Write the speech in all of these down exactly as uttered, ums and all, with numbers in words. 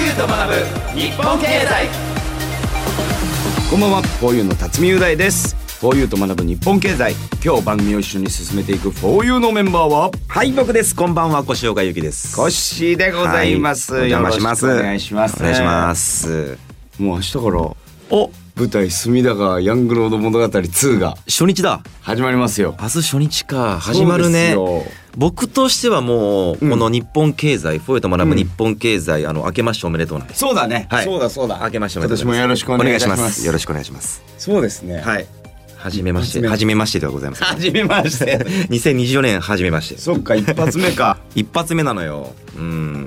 ユーと学ぶ日本経済。 こんばんは、フォーユーの辰巳雄大です。フォーユーと学ぶ日本経済。今日番組を一緒に進めていく フォーユー のメンバーは、 はい、僕です。こんばんは、越岡由紀です。 コッシーでございます、 はい、お邪魔します。 よろしくお願いします。 お願いします。 もう明日からお舞台隅田川ヤングロード物語ツーが初日だ。 始まりますよ。 明日初日か。始まるね。僕としてはもう、うん、この日本経済、フォーユーと学ぶ日本経済、うん、あの明けましておめでとうなんです。 そうだね、はい、そうだそうだ、 明けましておめでとう。 今年もよろしくお願いします。 よろしくお願いします。 そうですね、 はい、はじめましてはじめましてではございます。 はじめましてにせんにじゅうよねんはじめまして。 そっか、一発目か一発目なのよ。うん、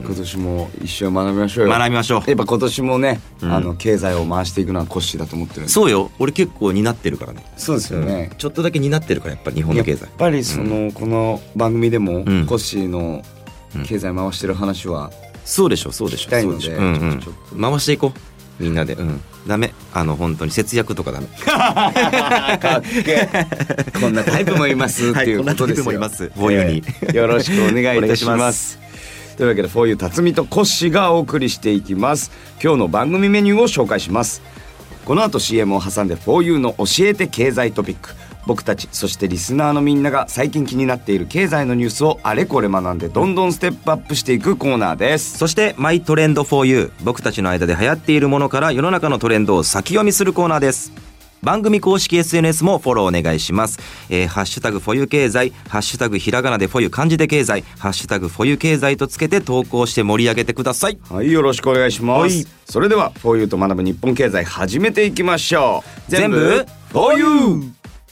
今年も一緒に学びましょうよ。 学びましょう。 やっぱ今年もね、 うん、 あの経済を回していくのはコッシーだと思ってるんで。 そうよ、俺結構担ってるからね。 そうですよね、 うん、ちょっとだけ担ってるから、やっぱり日本の経済。 やっぱりその、うん、この番組でも、うん、コッシーの経済回してる話は、うん、 そうでしょそうでしょ。 したいので、 うんうん、回していこうみんなで。うん、ダメ、あの本当に節約とかダメかっけこんなタイプもいますっていうことですよ。 はい、こんなタイプもいます。フォーユーによろしくお願いいたしますというわけで、フォーユー辰巳とコッシーがお送りしていきます。今日の番組メニューを紹介します。この後 シーエム を挟んで フォーユー の教えて経済トピック。僕たち、そしてリスナーのみんなが最近気になっている経済のニュースをあれこれ学んでどんどんステップアップしていくコーナーです。 そしてマイトレンド フォーユー、 僕たちの間で流行っているものから世の中のトレンドを先読みするコーナーです。番組公式 エスエヌエス もフォローお願いします。えー、ハッシュタグフォユ経済、ハッシュタグひらがなでフォユ、漢字で経済、ハッシュタグフォユ経済とつけて投稿して盛り上げてください。 はい、よろしくお願いします、はい、それでは フォーユー と学ぶ日本経済始めていきましょう。 全部フォーユー。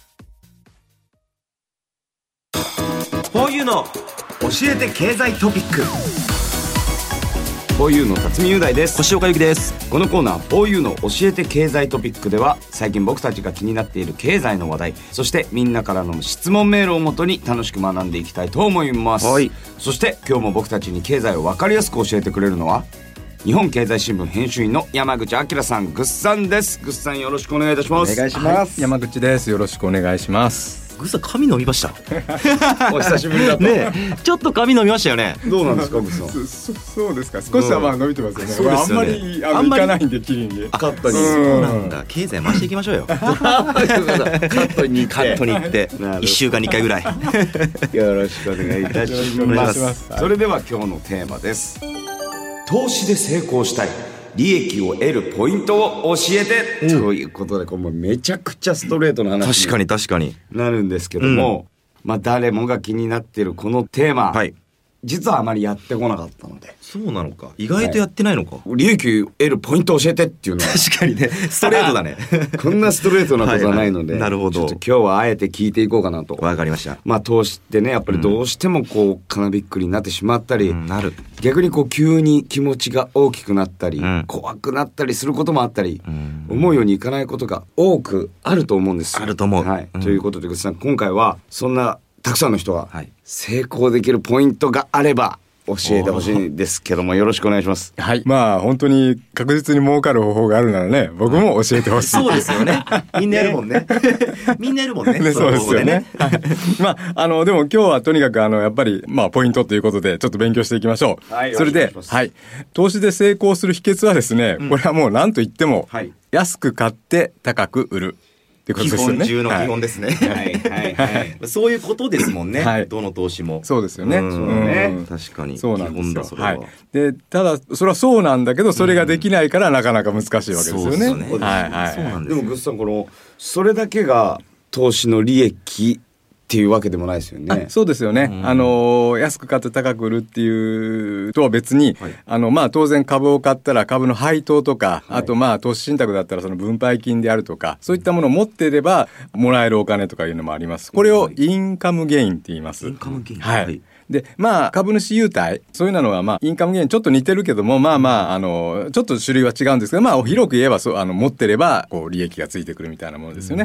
フォーユー の教えて経済トピック。フォーユー の辰巳雄大です。 越岡由紀です。 このコーナー フォーユー の教えて経済トピックでは、最近僕たちが気になっている経済の話題、そしてみんなからの質問メールをもとに楽しく学んでいきたいと思います、はい、そして今日も僕たちに経済を分かりやすく教えてくれるのは日本経済新聞編集員の山口明さん、ぐっさんです。ぐっさん、よろしくお願いいたします。 お願いします、 はい、山口です。よろしくお願いします。 ぐっさん、髪飲みましたお久しぶりだとね。ちょっと髪飲みましたよね。 どうなんですか、ぐっさん。 そ, そうですか、少しはまあ伸びてますよね。 そうですよね。 あんまりあのいかないんで、キリンでカットに。 そうなんだ、経済回していきましょうよカットに行ってカットに行っていっしゅうかんにいっかいぐらいよろしくお願いいたします。それでは今日のテーマです。投資で成功したい、利益を得るポイントを教えて、うん、ということで、これめちゃくちゃストレートな話確かに確かになるんですけども、うん、まあ誰もが気になっているこのテーマ、はい、実はあまりやってこなかったので。 そうなのか、意外とやってないのか、 はい、利益を得るポイントを教えてっていうのは確かにね、ストレートだねこんなストレートなことはないので、 はいはい、なるほど、 ちょっと今日はあえて聞いていこうかなと。 わかりました。 まあ投資ってね、やっぱりどうしてもこう金びっくりになってしまったり、 うん、なる。 逆にこう急に気持ちが大きくなったり、うん、怖くなったりすることもあったり、うん、思うようにいかないことが多くあると思うんです。 あると思う、 はい、 うん、 ということで、今回はそんなたくさんの人が成功できるポイントがあれば教えてほしいんですけども、よろしくお願いします。 はい、まあ本当に確実に儲かる方法があるならね、僕も教えてほしい。 そうですよね。みんなやるもんね。みんなやるもんね。 ね、そうですよね。はい、まああのでも今日はとにかくあのやっぱりまあポイントということでちょっと勉強していきましょう。はい、それで、はい、投資で成功する秘訣はですね、うん、これはもう何と言っても、はい、安く買って高く売る。基本中の基本ですね。はいはいはい。そういうことですもんね。はい、どの投資も。 そうですよね。 そうね。確かに。 そうなんですよ。 基本だそれは。はい。 でただそれはそうなんだけど、それができないからなかなか難しいわけですよね。そうですね。はいはい。そうなんです。 でもグッさん、このそれだけが投資の利益っていうわけでもないですよね。 そうですよね、うん、あの安く買って高く売るっていうとは別に、はい、あのまあ、当然株を買ったら株の配当とか、はい、あとまあ投資信託だったらその分配金であるとか、そういったものを持っていればもらえるお金とかいうのもあります。これをインカムゲインって言います。 インカムゲイン、 はい、はい。でまあ株主優待、そういうのはまあインカムゲインちょっと似てるけども、まあまああのちょっと種類は違うんですけど、まあ広く言えばそう、あの持ってればこう利益がついてくるみたいなものですよね。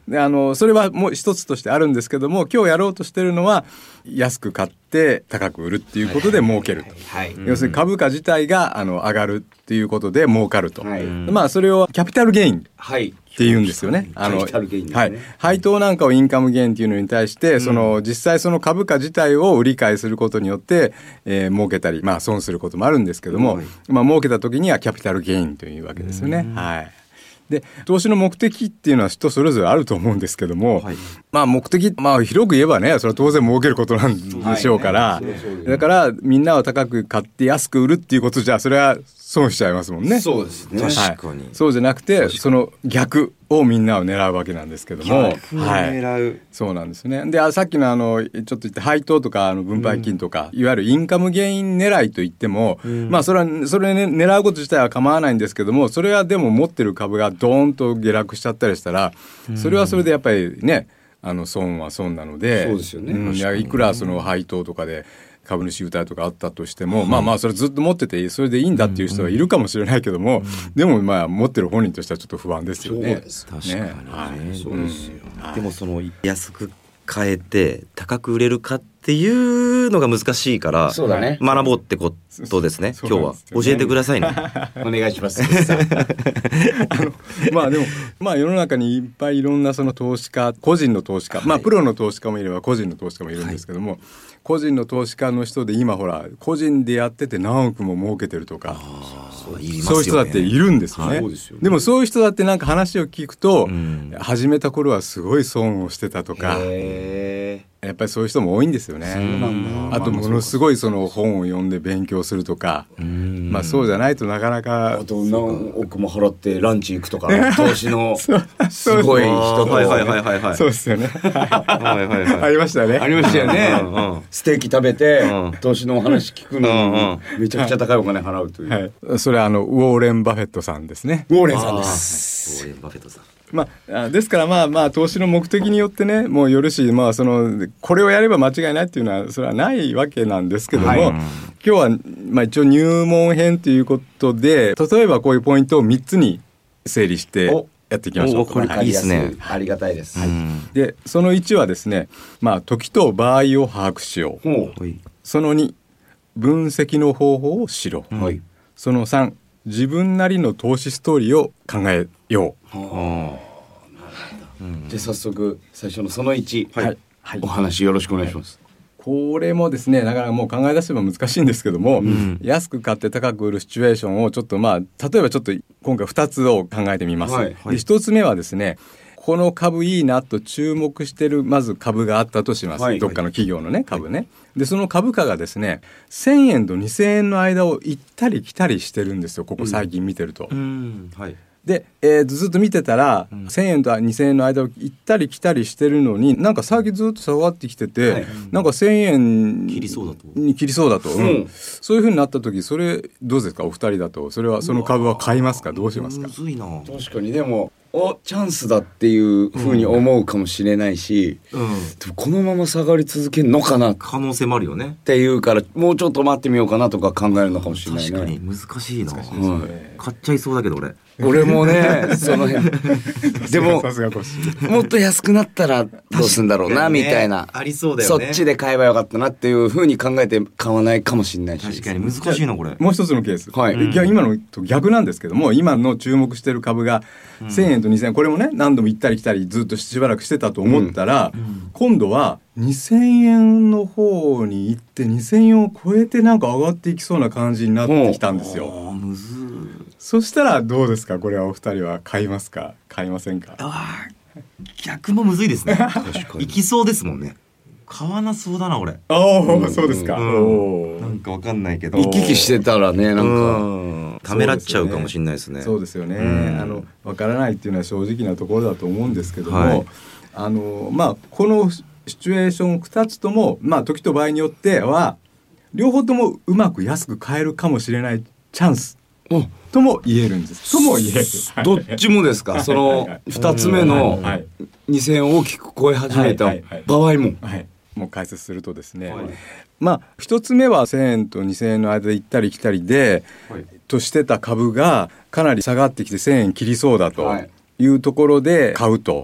であのそれはもう一つとしてあるんですけども、今日やろうとしてるのは安く買って高く売るっていうことで儲けると、 はい、 要するに株価自体があの上がるっていうことで儲かると、 はい、 まあそれをキャピタルゲインっていうんですよね。 あのキャピタルゲインですね、 はい、配当なんかをインカムゲインっていうのに対して、うん、その実際その株価自体を売り買いすることによって、えー、儲けたり、まあ、損することもあるんですけども、うん、まあ、儲けた時にはキャピタルゲインというわけですよね。はい。で投資の目的っていうのは人それぞれあると思うんですけども、はい、まあ目的、まあ広く言えばね、それは当然儲けることなんでしょうから、はいね、だからみんなは高く買って安く売るっていうことじゃそれは損しちゃいますもんね。 そうですね。 確かに、 はい、そうじゃなくてその逆をみんなを狙うわけなんですけども、 逆を狙う、 はい、そうなんですね。でさっきのあのちょっと言って配当とかあの分配金とか、うん、いわゆるインカムゲイン狙いといっても、うん、まあそれはそれ、ね、狙うこと自体は構わないんですけども、それはでも持ってる株がドーンと下落しちゃったりしたら、うん、それはそれでやっぱりね、あの損は損なので、 そうですよね、 うん、いやいくらその配当とかで株主優待とかあったとしても、うん、まあまあそれずっと持っててそれでいいんだっていう人はいるかもしれないけども、うんうん、でもまあ持ってる本人としてはちょっと不安ですよね。 そうです。確かにね、はい、 そうですよ、 うん、でもその安く買えて高く売れるかっていうのが難しいから、 そうだね、 学ぼうってことですね。今日は教えてくださいね。 お願いしますあのまあでもまあ世の中にいっぱいいろんなその投資家、個人の投資家、はい、まあプロの投資家もいれば個人の投資家もいるんですけども、はい、個人の投資家の人で今ほら個人でやってて何億も儲けてるとか、そういう人だっているんですよね。はい、でもそういう人だってなんか話を聞くと、うん、始めた頃はすごい損をしてたとか、へー、やっぱりそういう人も多いんですよね。そうなんだ。あとものすごいその本を読んで勉強するとか、まあそうじゃないとなかなか。 あと何億も払ってランチ行くとか、投資のすごい人と、 はいはいはいはいはい、 そうですよね。はいはいはい、ありましたね。 ありましたよね。うんうん、ステーキ食べて、うん、投資のお話聞くのにめちゃくちゃ高いお金払うという。はいはい、それはあのウォーレン・バフェットさんですね。 ウォーレンさんです。 ウォーレン・バフェットさん。 まあ、ですからまあまあ投資の目的によってねもうよるし、まあそのこれをやれば間違いないっていうのはそれはないわけなんですけども、はい、今日はまあ一応入門編ということで、例えばこういうポイントをみっつに整理してやっていきましょう。 これいいですね。 ありがたいです。 はい、でそのいちはですね、まあ時と場合を把握しよう。はい、そのに、分析の方法を知ろう。はい、そのさん、自分なりの投資ストーリーを考えよう。はあ、うん、で早速最初のそのいち、はいはい、お話よろしくお願いします。 はい、これもですねなかなかもう考え出せば難しいんですけども、うん、安く買って高く売るシチュエーションをちょっとまあ例えばちょっと今回ふたつを考えてみます。はいはい、でひとつめはですね、この株いいなと注目してるまず株があったとします。はい、どっかの企業のね株ね。でその株価がですねせんえんとにせんえんの間を行ったり来たりしてるんですよ、ここ最近見てると。うんうんはい、で、えー、ずっと見てたら、うん、せんえんとにせんえんの間を行ったり来たりしてるのになんか最近ずっと下がってきてて、はい、なんかせんえんに切りそうだと、切りそうだと、うんうん、そういう風になった時それどうですかお二人だと、それはその株は買いますか、どうしますか。 むずいな。 確かにでもおチャンスだっていう風に思うかもしれないし、うん、でもこのまま下がり続けるのかな可能性もあるよねっていうからもうちょっと待ってみようかなとか考えるのかもしれないね。 確かに難しいな。難しいですね。はい、買っちゃいそうだけど俺俺もねその辺でももっと安くなったらどうすんだろうなみたいな、 ね、ありそうだよね。 そっちで買えばよかったなっていう風に考えて買わないかもしれないし。 確かに難しいなこれ。 もう一つのケース、はい、うん、今のと逆なんですけども、今の注目してる株がせんえんとにせんえん、これもね何度も行ったり来たりずっとしばらくしてたと思ったら、うんうん、今度はにせんえんの方に行ってにせんえんを超えてなんか上がっていきそうな感じになってきたんですよ。 あむずー。 そしたらどうですか、これはお二人は買いますか買いませんか。 あ逆もむずいですね。確かに行きそうですもんね。買わなそうだな俺。 ああ、うん、そうですか、うん、 おなんかわかんないけど行き来してたらねなんかためらっちゃうかもしれないですね。 そうですよね、うん、あのわからないっていうのは正直なところだと思うんですけども、はい、あのまあこのシチュエーションふたつともまあ時と場合によっては両方ともうまく安く買えるかもしれないチャンスとも言えるんです。とも言える。 どっちもですか。そのふたつめのにせんえんを大きく超え始めた場合も、はいはい、もう解説するとですね、はい、まあひとつめはせんえんとにせんえんの間で行ったり来たりで、はい、としてた株がかなり下がってきてせんえん切りそうだというところで買うと。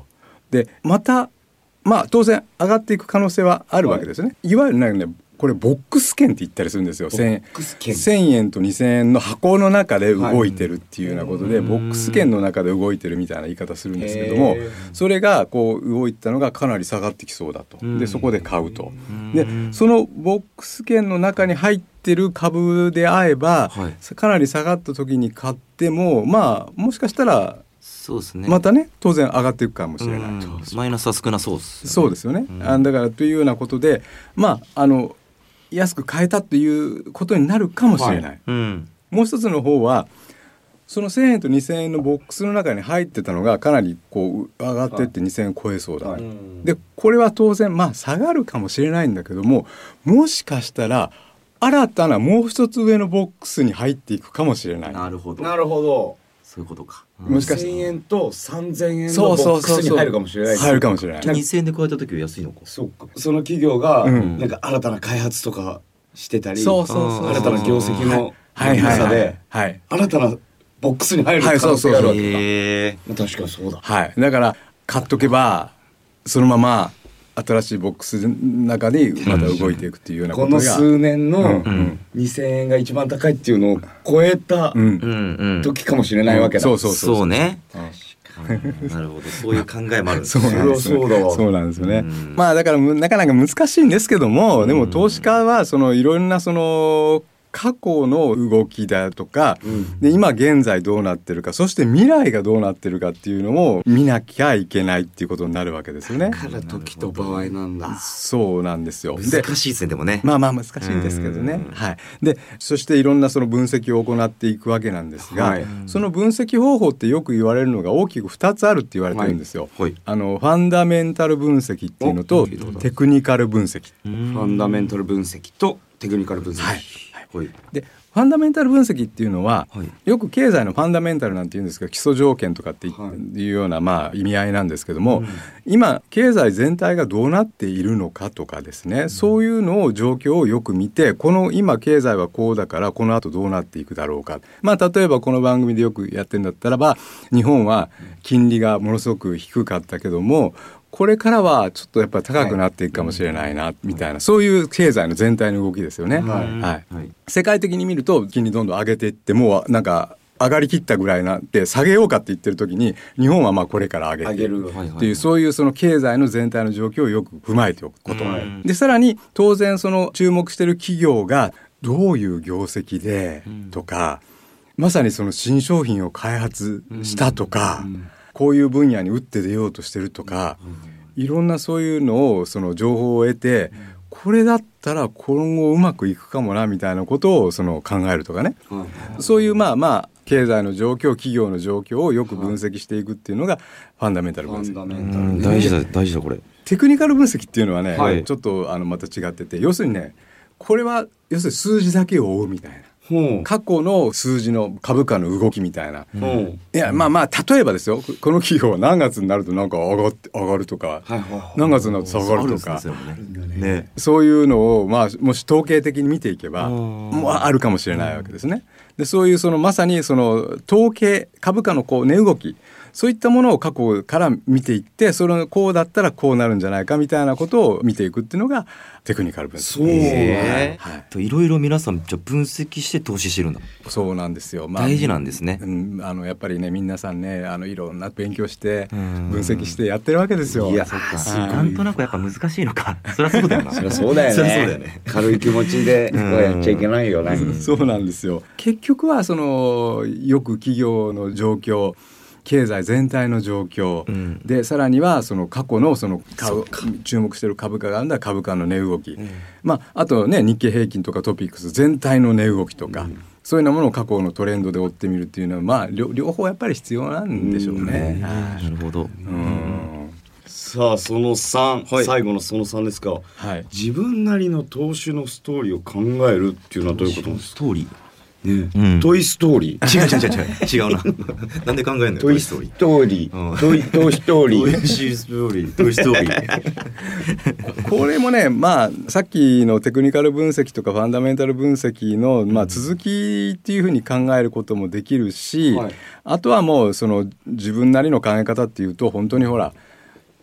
でまたまあ当然上がっていく可能性はあるわけですね、はい、いわゆるねこれボックス券って言ったりするんですよ。せんえんとにせんえんの箱の中で動いてるっていうようなことで、はい、ボックス券の中で動いてるみたいな言い方するんですけども、それがこう動いたのがかなり下がってきそうだと。でそこで買うと。でそのボックス券の中に入ってる株であれば、はい、かなり下がった時に買ってもまあもしかしたらそうですね、 またね当然上がっていくかもしれないと。 マイナスは少なそうですよね。 そうですよね。あだからというようなことでまああの安く買えたということになるかもしれない、はいうん、もう一つの方はそのせんえんとにせんえんのボックスの中に入ってたのがかなりこう上がっていってにせんえん超えそうだ、はい、でこれは当然まあ下がるかもしれないんだけども、もしかしたら新たなもう一つ上のボックスに入っていくかもしれない。 なるほどなるほど、 そういうことか。 もしかしてにせんえんとさんぜんえんのボックスに入るかもしれない。 入るかもしれない。 にせんえんで買えた時は安いのか。 そうか。その企業がなんか新たな開発とかしてたり、 そうそうそう新たな業績の良さで新たなボックスに入る可能性があるわけだ。確かにそうだ。 はい。だから買っとけばそのまま新しいボックスの中にまた動いていくっていうようなことが、 この数年のにせんえんが一番高いっていうのを超えた時かもしれないわけだ。 そうそうそうそうね。なるほど、そういう考えもあるんですね。そうなんですよね。そうなんですよね。まあだからなかなか難しいんですけども、でも投資家はそのいろんなその過去の動きだとか、うん、で今現在どうなってるか、そして未来がどうなってるかっていうのを見なきゃいけないっていうことになるわけですよね。 だから時と場合なんだ。 そうなんですよ。 難しいですね。でもね、 まあまあ難しいんですけどね、はい、でそしていろんなその分析を行っていくわけなんですが、はい、その分析方法ってよく言われるのが大きくふたつあるって言われてるんですよ、はい、あのファンダメンタル分析っていうのとテクニカル分析。 ファンダメンタル分析とテクニカル分析、はいはい、でファンダメンタル分析っていうのは、はい、よく経済のファンダメンタルなんて言うんですけど、基礎条件とかっていうような、まあ、意味合いなんですけども、うん、今経済全体がどうなっているのかとかですね、うん、そういうのを状況をよく見て、この今経済はこうだからこの後どうなっていくだろうか、まあ、例えばこの番組でよくやってるんだったらば、日本は金利がものすごく低かったけどもこれからはちょっとやっぱり高くなっていくかもしれないな、みたいな、そういう経済の全体の動きですよね、はいはいはい、世界的に見ると金利どんどん上げていって、もうなんか上がりきったぐらいなって下げようかって言ってる時に、日本はまあこれから上げていくっていう、そういうその経済の全体の状況をよく踏まえておくこと、でさらに当然その注目してる企業がどういう業績でとか、まさにその新商品を開発したとか、こういう分野に打って出ようとしてるとか、いろんなそういうのをその情報を得て、これだったら今後うまくいくかもなみたいなことをその考えるとかね、そういうまあまあ経済の状況、企業の状況をよく分析していくっていうのがファンダメンタル分析。 うん大事だ大事だこれ。 テクニカル分析っていうのはね、 はい、 ちょっとあのまた違ってて、要するにね、これは要するに数字だけを追うみたいな。過去の数字の株価の動きみたいな、うん、いやまあまあ例えばですよ、この企業は何月になるとなんか上がって上がるとか、はい、何月になると下がるとか、ねね、そういうのを、まあ、もし統計的に見ていけばもうあるかもしれないわけですね。でそういうそのまさにその統計、株価のこう値動き、そういったものを過去から見ていって、それこうだったらこうなるんじゃないかみたいなことを見ていくっていうのがテクニカル分析。 そうね、はい、いろいろ皆さんじゃ分析して投資してるんだ。 そうなんですよ、まあ、 大事なんですね、 うん、あのやっぱりね、皆さんね、あのいろんな勉強して分析してやってるわけですよ。 いや、そっか、なんとなくやっぱ難しいのか。そりゃそうだよな。 そりゃそうだよね。そりゃそうだよね。軽い気持ちでやっちゃいけないよね。 そうなんですよ。結局はそのよく企業の状況、経済全体の状況、うん、でさらにはその過去のその株注目している株価があるんだ株価の値動き、うん、まあ、あとね、日経平均とかトピックス全体の値動きとか、うん、そういうようなものを過去のトレンドで追ってみるっていうのは、まあ、両, 両方やっぱり必要なんでしょうね。 うん、なるほど。うん、 さあそのさん、はい、最後のそのさんですか、はい、自分なりの投資のストーリーを考えるっていうのはどういうことなんですか。 ストーリーね、うん、トイストーリー。 違う違う違う違うな。なんで考えるのよ。 トイストーリー。トイトイストーリー。 トイストーリー。トイストーリー。 これもね、まあさっきのテクニカル分析とかファンダメンタル分析の、まあ、続きっていうふうに考えることもできるし、はい、あとはもうその自分なりの考え方っていうと、本当にほら、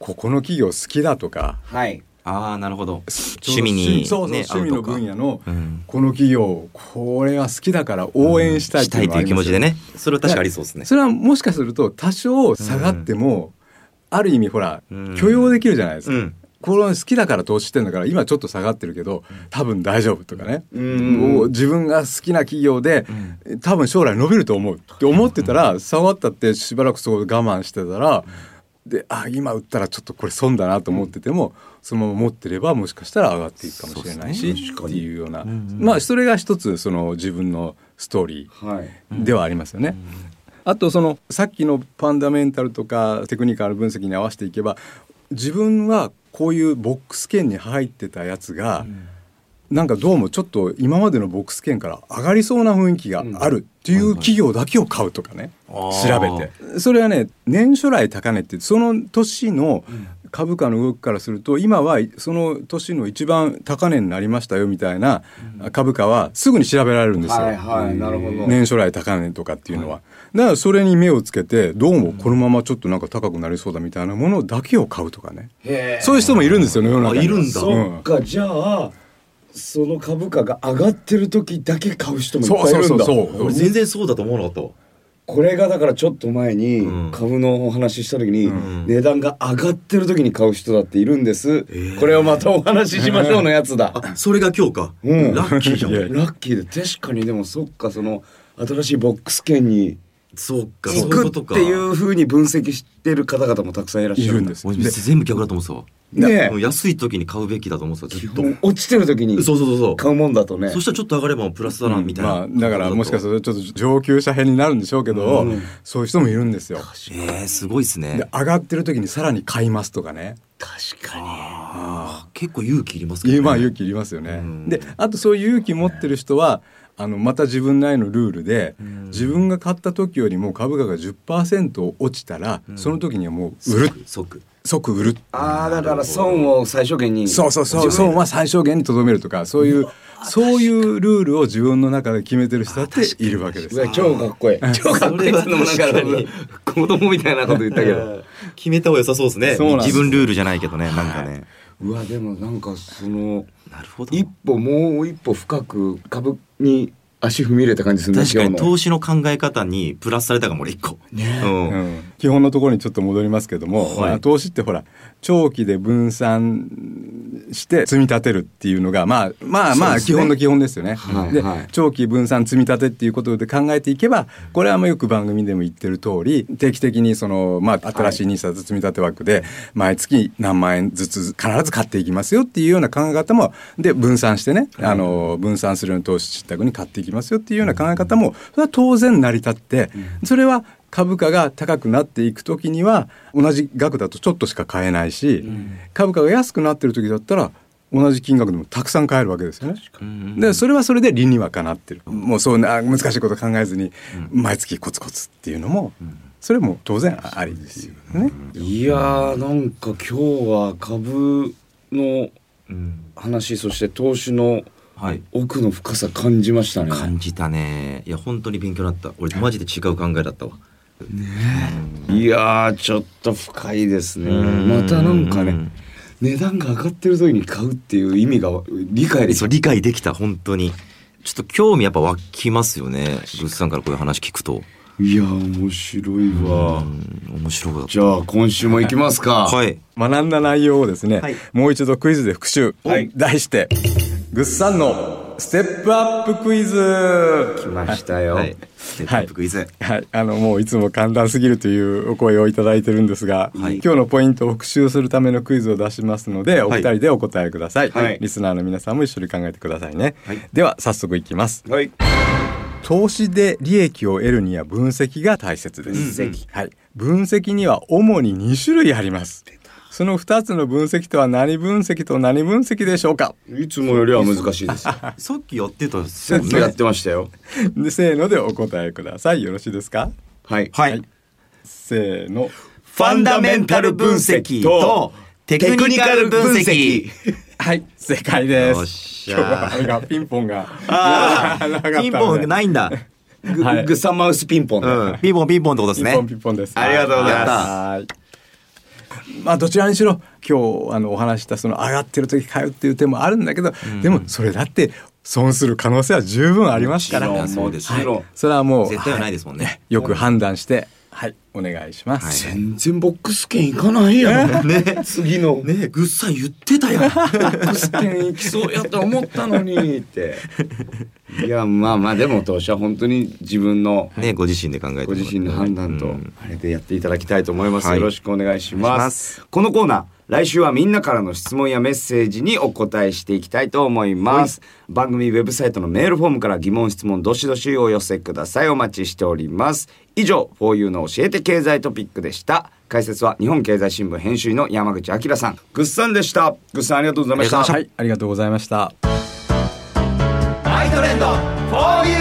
ここの企業好きだとか、 はい、 ああなるほど、趣味に、ね、 そうそう趣味の分野の、 うん、 この企業これは好きだから応援したいっていうのがありますよ、 うん、したいという気持ちでね、それは確かありそうですね。 それはもしかすると多少下がっても、うん、ある意味ほら、うん、許容できるじゃないですか、うん、これ好きだから投資してんだから今ちょっと下がってるけど多分大丈夫とかね、うん、自分が好きな企業で、うん、多分将来伸びると思うって思ってたら下がったってしばらくそこで我慢してたら、であ今売ったらちょっとこれ損だなと思ってても、うん、そのまま持ってればもしかしたら上がっていくかもしれないし、ね、っていうような、うん、まあそれが一つその自分のストーリーではありますよね、はい、うん、あとそのさっきのファンダメンタルとかテクニカル分析に合わせていけば、自分はこういうボックス圏に入ってたやつが、うん、なんかどうもちょっと今までのボックス圏から上がりそうな雰囲気があるっていう企業だけを買うとかね、うん、調べて、それはね年初来高値ってその年の株価の動きからすると今はその年の一番高値になりましたよみたいな株価はすぐに調べられるんですよ、はいはい、なるほど、年初来高値とかっていうのは、はい、だからそれに目をつけてどうもこのままちょっとなんか高くなりそうだみたいなものだけを買うとかね、へー、そういう人もいるんですよね世の中に。 いるんだ、 そっか、じゃあその株価が上がってる時だけ買う人もいっぱいいるんだ。 そうそうそうそう、俺全然そうだと思うのと。 これがだからちょっと前に株のお話しした時に、うん、値段が上がってる時に買う人だっているんです、えー、これをまたお話ししましょうのやつだ。 あ、それが今日か、うん、ラッキーじゃんラッキーで、確かに。でもそっか、その新しいボックス圏にそうか行くっていう風に分析してる方々もたくさんいらっしゃるんです。 俺全部逆だと思ってたわ。ね、安い時に買うべきだと思ってた。ずっと落ちてる時に買うもんだとね。 そしたらちょっと上がればプラスだなみたいな、 うん、まあ、だからもしかするとちょっと上級者編になるんでしょうけど、うん、そういう人もいるんですよ。 えー、すごいですね。 で上がってる時にさらに買いますとかね。 確かに。 あ、結構勇気いりますけどね。 まあ勇気いりますよね、うん、であとそういう勇気持ってる人はあのまた自分なりのルールで、うん、自分が買った時よりも株価が じゅっパーセント 落ちたら、うん、その時にはもう売る、 即即売る。 ああ、だから損を最小限に、 そうそうそう、損は最小限にとどめるとか、そういうそういうルールを自分の中で決めてる人だっているわけです。 超かっこいい。超かっこいいのもなんか子供みたいなこと言ったけど決めた方が良さそうですね。自分ルールじゃないけどね、なんかね、はい、 うわ、でもなんかそのなるほど、一歩もう一歩深く株に足踏み入れた感じするんですよ。 確かに投資の考え方にプラスされたかも俺一個、ね、うんうん、基本のところにちょっと戻りますけども、はい、投資ってほら長期で分散して積み立てるっていうのがまあまあまあ基本の基本ですよね。はい、で、はい、長期分散積み立てっていうことで考えていけば、これはもうよく番組でも言ってる通り、定期的にそのまあ新しいニーサ積み立て枠で毎月何万円ずつ必ず買っていきますよっていうような考え方もで、分散してね、あの分散するような投資信託に買っていきますよっていうような考え方もそれは当然成り立って、それは株価が高くなっていくときには同じ額だとちょっとしか買えないし、うん、株価が安くなってる時だったら同じ金額でもたくさん買えるわけですよね。でそれはそれで理にはかなってる、うん、もうそうな難しいこと考えずに毎月コツコツっていうのも、うん、それも当然ありですよね。 いやー、なんか今日は株の話、そして投資の奥の深さ感じましたね。 感じたね。いや本当に勉強になった。俺マジで違う考えだったわ。 ねえ、いやーちょっと深いですね。またなんかね、値段が上がってる時に買うっていう意味が理解できた。 そう、理解できた。本当にちょっと興味やっぱ湧きますよね。ブスさんからこういう話聞くと。 いや面白いわ。 面白かった。 じゃあ今週も行きますか。 はい、 学んだ内容をですね、はい、もう一度クイズで復習、はい、題してグッさんのステップアップクイズ。 来ましたよ、はい、 ステップアップクイズ、はいはい、あのもういつも簡単すぎるというお声をいただいてるんですが、はい、今日のポイントを復習するためのクイズを出しますので、お二人でお答えください、はい、リスナーの皆さんも一緒に考えてくださいね、はい、では早速いきます、はい、投資で利益を得るには分析が大切です。分析、はい、分析には主にに種類あります。そのふたつの分析とは何分析と何分析でしょうか。 いつもよりは難しいですさっきやってたやってましたよ。 でせーのでお答えください。よろしいですか。 はい、はいはい、 せーの。 ファンダメンタル分析とテクニカル分析はい、正解です。 よっしゃ今日はあれがピンポンがあピンポンないんだ。 グッサンマウスピンポン、 うん、ピンポンピンポンってことですね。 ピンポンピンポンです。 ありがとうございます。 まあどちらにしろ今日あのお話したその上がってる時買うっていう手もあるんだけど、うん、でもそれだって損する可能性は十分ありますから、 そうです、 はい、それはもう絶対はないですもんね、はい、 よく判断してはい、お願いします。 はい、全然ボックス券行かないやん。ね、次のね、ぐっさん言ってたやん。ボックス券行きそうやと思ったのにって。いや、まあまあでも当初は本当に自分のね、ご自身で考えて、 ご自身の判断とあれでやっていただきたいと思います。はい、よろしくお願いします。このコーナー。来週はみんなからの質問やメッセージにお答えしていきたいと思います。番組ウェブサイトのメールフォームから疑問質問どしどしお寄せください。お待ちしております。以上 フォーユー の教えて経済トピックでした。解説は日本経済新聞編集員の山口明さん、ぐっさんでした。ぐっさんありがとうございました。 はい、ありがとうございました。 マイトレンド フォーユ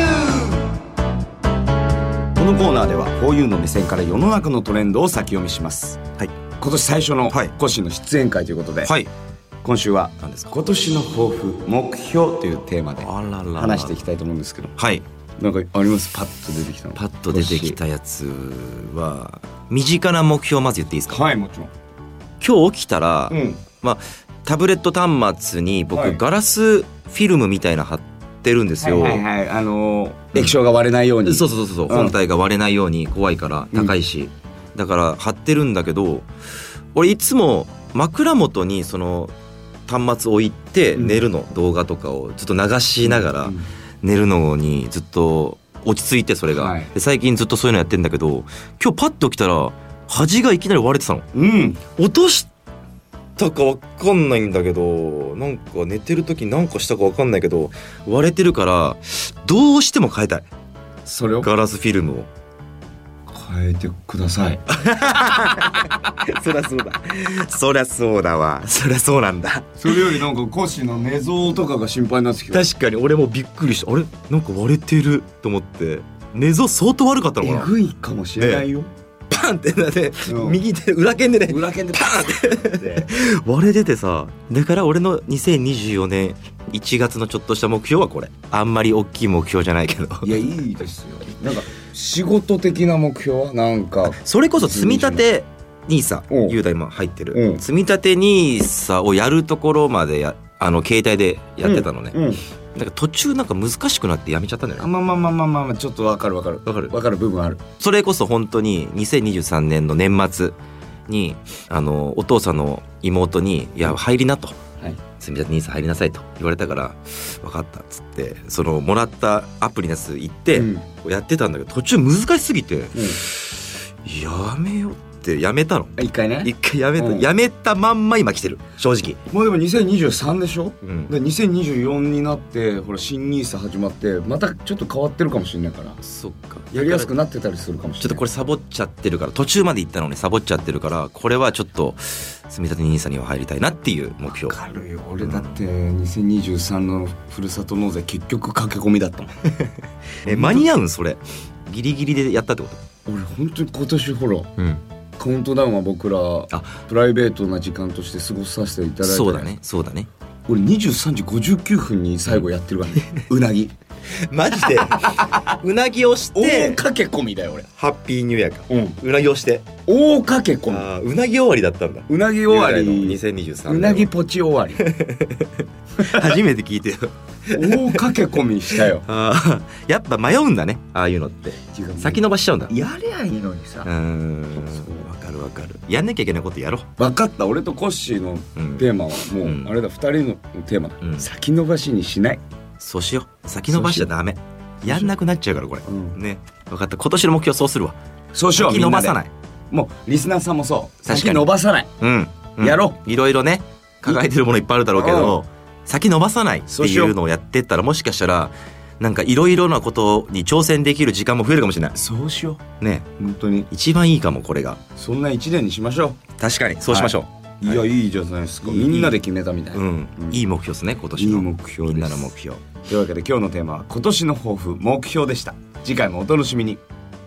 ー。 このコーナーでは フォーユー の目線から世の中のトレンドを先読みします。はい、今年最初のコッシーの出演会ということで、はい、今週は何ですか、今年の抱負目標というテーマで話していきたいと思うんですけど、はい、なんかあります？パッと出てきたの。 パッと出てきたやつは身近な目標をまず言っていいですか？ はい、もちろん。 今日起きたら、うん、まあ、タブレット端末に僕、はい、ガラスフィルムみたいな貼ってるんですよ。 はいはいはい、あのー、液晶が割れないように、 うん、そうそうそうそう、うん、本体が割れないように、怖いから高いし、うん、だから貼ってるんだけど、俺いつも枕元にその端末置いて寝るの、うん、動画とかをずっと流しながら寝るのにずっと落ち着いて、それが、はい、で最近ずっとそういうのやってんだけど、今日パッと起きたら端がいきなり割れてたの、うん、落としたか分かんないんだけど、なんか寝てる時なんかしたか分かんないけど割れてるから、どうしても変えたい、 それをガラスフィルムを変えてください。 そりゃそうだ、そりゃそうだわ、そりゃそうなんだ。 それよりなんかコッシーの寝相とかが心配になってきた。 確かに俺もびっくりした。あれなんか割れてると思って、寝相相当悪かったのかな。 えぐいかもしれないよ、ね、 パンってなって、うん、右手裏剣でね、 裏剣でパンって割れててさ、だから俺のにせんにじゅうよねんいちがつのちょっとした目標はこれ。あんまり大きい目標じゃないけど、 いや、いいですよ。なんか仕事的な目標はなんかそれこそ積み立てニーサ、雄大今入ってる積み立てニーサをやるところまでや、あの携帯でやってたのね、うんうん、なんか途中なんか難しくなってやめちゃったんだよね。 あ、まあまあまあまあまあ、ちょっと分かる分かる分かる分かる部分ある。 それこそ本当ににせんにじゅうさんねんの年末にあのお父さんの妹に「いや入りな」と、はい、積み立てニーサ入りなさいと言われたから、分かったっつってそのもらったアプリのやつ行って、うん、やってたんだけど、途中難しすぎて、うん、やめようってやめたの。 一回ね、 一回やめた、うん、やめたまんま今来てる、正直。 もうでもにせんにじゅうさんでしょ、うん、でにせんにじゅうよんになってほら新ニーサ始まってまたちょっと変わってるかもしれないから、 そっか、 やりやすくなってたりするかもしれない。 ちょっとこれサボっちゃってるから、途中まで行ったのにサボっちゃってるから、これはちょっと積み立てニーサには入りたいなっていう目標。 わかるよ、俺だってにせんにじゅうさんのふるさと納税結局駆け込みだったもん。 え、間に合うんそれ？ギリギリでやったってこと？ 俺本当に今年ほら、うん、カウントダウンは僕らプライベートな時間として過ごさせていただいて、 そうだねそうだね。 俺にじゅうさんじごじゅうきゅうふんに最後やってるわね、うなぎ。 マジでうなぎをして大駆け込みだよ俺。 ハッピーニューイヤーか、うん、うなぎをして大駆け込み。 あ、うなぎ終わりだったんだ。 うなぎ終わりにせんにじゅうさんねんうなぎポチ終わり。 初めて聞いてよ。 大駆け込みしたよ。 あ、やっぱ迷うんだね、ああいうのって。先延ばしちゃうんだ。 やりゃいいのにさ。うーん、わかるわかる。やんなきゃいけないことやろう。 分かった。俺とコッシーのテーマはもう、うん、あれだ、ふたりのテーマだ、うん、先延ばしにしない。 そうしよう。先延ばしちゃダメ。やんなくなっちゃうからこれ、うん、ね。分かった。今年の目標そうするわ。 そうしよう。 先延ばさない。 もうリスナーさんもそう。先延ばさない。うん、うん、やろう。 いろいろね抱えてるものいっぱいあるだろうけど、先延ばさないっていうのをやってったら、もしかしたらなんかいろいろなことに挑戦できる時間も増えるかもしれない。 そうしようね。 本当に一番いいかもこれが。 そんな一年にしましょう。 確かにそうしましょう、はい。 いや、いいじゃないですか。みんなで決めたみたいな、うんうん、いい目標ですね今年の。 いい目標です。 みんなの目標というわけで今日のテーマは今年の抱負目標でした。次回もお楽しみに。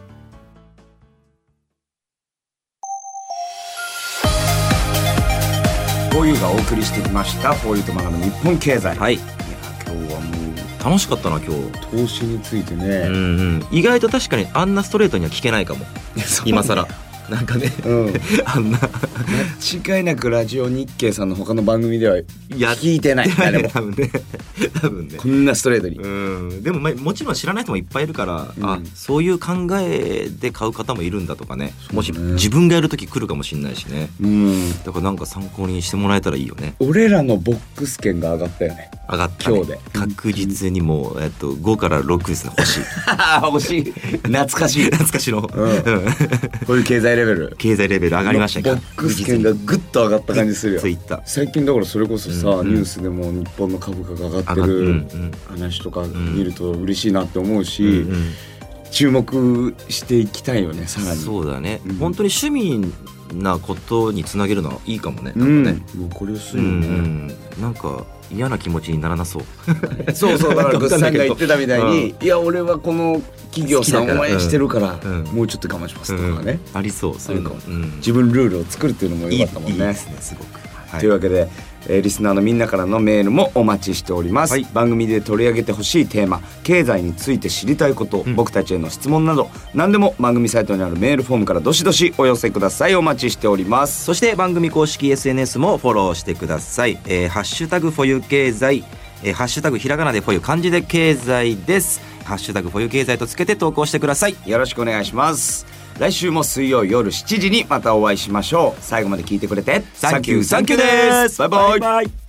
フォーユーがお送りしてきましたフォーユーと学ぶ日本経済。はい。いや今日はもう楽しかったな今日。 投資についてね、 うん、うん、意外と確かにあんなストレートには聞けないかも今更。 なんかね、 うん、 あんな間違いなくラジオ日経さんの他の番組では聞いてない誰も多分ね多分ねこんなストレートに。 うんでも、まあ、もちろん知らない人もいっぱいいるから、 うん、 あそういう考えで買う方もいるんだとかね、もし自分がやるとき来るかもしれないしね、 うん、 だからなんか参考にしてもらえたらいいよね。 俺らのボックス券が上がったよね。 上がった、ね、 今日で確実にもう、えっと、ごからろくですね。欲しい欲しい懐かしい懐かしの、 うん、こういう経済レベル経済レベル上がりましたね。 ボックス券がグッと上がった感じするよ。 ついた最近だからそれこそさ、 うんうん、 ニュースでも日本の株価が上がってる話とか見ると嬉しいなって思うし、うんうん、注目していきたいよね。さらにそうだね、 うん、 本当に趣味なことにつなげるのはいいかもね。 なんかね、 うん、もうこれ薄いよね、 うんうん、なんか嫌な気持ちにならなそうそうそうだからグッさんが言ってたみたいに、うん、いや俺はこの企業さん応援してるから、うん、もうちょっと我慢しますとかね、 うん、ありそうそういうの、 うん、自分ルールを作るっていうのも良かったもんね。 いいですねすごく、はい、 というわけで、えー、リスナーのみんなからのメールもお待ちしております、はい、番組で取り上げてほしいテーマ、経済について知りたいこと、うん、僕たちへの質問など何でも番組サイトにあるメールフォームからどしどしお寄せください。お待ちしております。 そして番組公式 エスエヌエス もフォローしてください、えー、ハッシュタグフォユ経済、えー、ハッシュタグひらがなでフォユ、漢字で経済です。ハッシュタグフォユ経済とつけて投稿してください。 よろしくお願いします。来週も水曜夜しちじにまたお会いしましょう。最後まで聞いてくれてサンキューサンキューです。 バイバイ。 バイバイ。